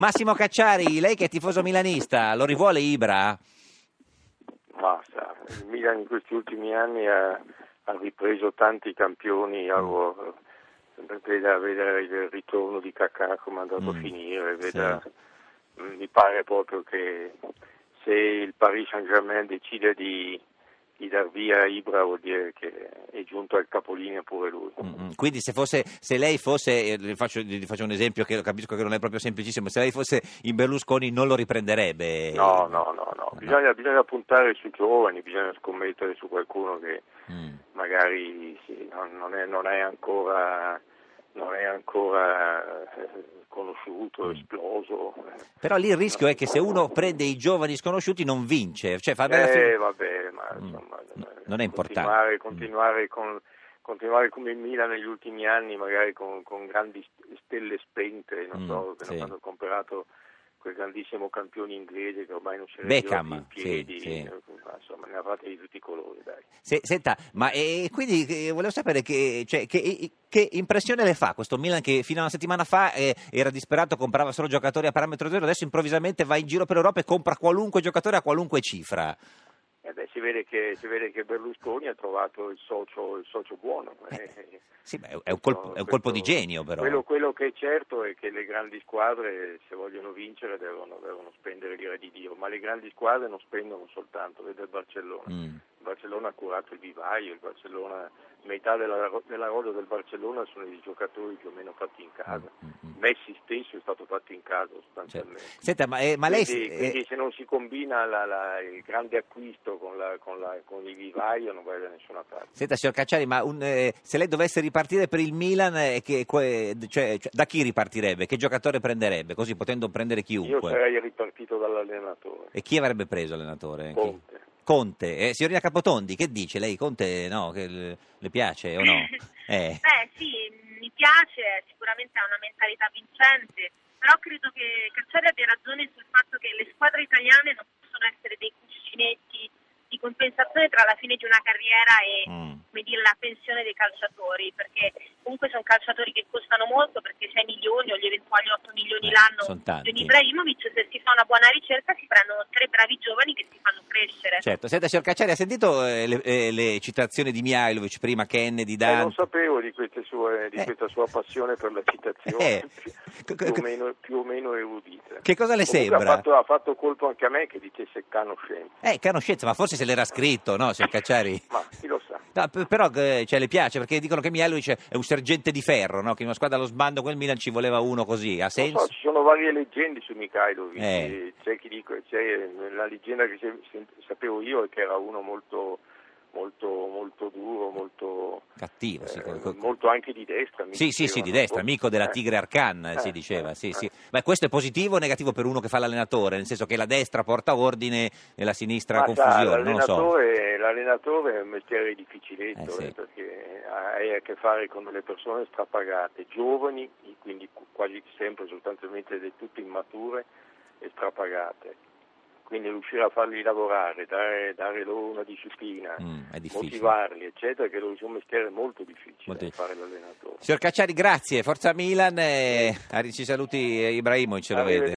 Massimo Cacciari, lei che è tifoso milanista, lo rivuole Ibra? Basta, il Milan in questi ultimi anni ha ripreso tanti campioni, veda il ritorno di Kakà come è andato a finire, mi pare proprio che se il Paris Saint-Germain decide di dar via Ibra vuol dire che è giunto al capolinea pure lui. Quindi se lei fosse, gli faccio un esempio che capisco che non è proprio semplicissimo, se lei fosse in Berlusconi non lo riprenderebbe? No. Bisogna puntare sui giovani, bisogna scommettere su qualcuno che magari non è ancora conosciuto, esploso. Però lì il rischio è che se uno prende i giovani sconosciuti non vince, cioè fa vabbè, ma insomma, non è importante. Continuare come il Milan negli ultimi anni, magari con grandi stelle spente, non so, che hanno comprato quel grandissimo campione inglese che ormai non si regge in piedi, insomma ne ha fatti di tutti i colori, dai. Senta, ma quindi volevo sapere che impressione le fa questo Milan che fino a una settimana fa era disperato, comprava solo giocatori a parametro zero, adesso improvvisamente va in giro per Europa e compra qualunque giocatore a qualunque cifra. Si vede che Berlusconi ha trovato il socio buono. Sì, è un colpo di genio, però. Quello che è certo è che le grandi squadre, se vogliono vincere, devono spendere l'ira di Dio, ma le grandi squadre non spendono soltanto, vede il Barcellona. Il Barcellona ha curato il vivaio, metà della rosa del Barcellona sono i giocatori più o meno fatti in casa. Messi stesso è stato fatto in casa sostanzialmente. Certo. Senta, ma lei quindi se non si combina il grande acquisto con il vivaio non va da nessuna parte. Senta, signor Cacciari, ma se lei dovesse ripartire per il Milan, cioè, da chi ripartirebbe? Che giocatore prenderebbe? Così potendo prendere chiunque. Io sarei ripartito dall'allenatore. E chi avrebbe preso l'allenatore? Conte. Signorina Capotondi, che dice? Lei Conte no? Che le piace o no? Sì, mi piace, sicuramente ha una mentalità vincente, però credo che Cacciari abbia ragione sul fatto che le squadre italiane non possono essere dei cuscinetti di compensazione tra la fine di una carriera e la pensione dei calciatori, perché comunque sono calciatori che costano molto, perché 6 milioni o gli eventuali 8 milioni l'anno di Ibrahimovic, se si fa una buona ricerca si prendono 3 bravi giovani che si fanno crescere. Certo. Senta, signor Cacciari, ha sentito le citazioni di Mihajlovic prima, Kennedy, Dante? Non sapevo di questa sua passione per la citazione, più o meno erudita. Che cosa le sembra? Ha fatto colpo anche a me che dicesse conoscenza. Conoscenza, ma forse se l'era scritto, no, signor Cacciari? Ma chi lo sa. No, però le piace, perché dicono che Mihajlovic è un sergente di ferro, no? Che in una squadra allo sbando quel Milan ci voleva uno così, ha senso? Non so, ci sono varie leggende su Mihajlovic, c'è la leggenda che sapevo io è che era uno molto duro, molto cattivo, molto anche di destra. Sì, di destra, amico della Tigre Arkan, si diceva, sì. Ma questo è positivo o negativo per uno che fa l'allenatore, nel senso che la destra porta ordine e la sinistra confusione, non lo so. L'allenatore è un mestiere difficiletto, perché hai a che fare con delle persone strapagate, giovani, quindi quasi sempre sostanzialmente del tutto immature e strapagate. Quindi riuscire a farli lavorare, dare loro una disciplina, motivarli, eccetera, che è un mestiere molto difficile fare l'allenatore. Signor Cacciari, grazie, forza Milan, ci saluti Ibrahimovic, lo vede.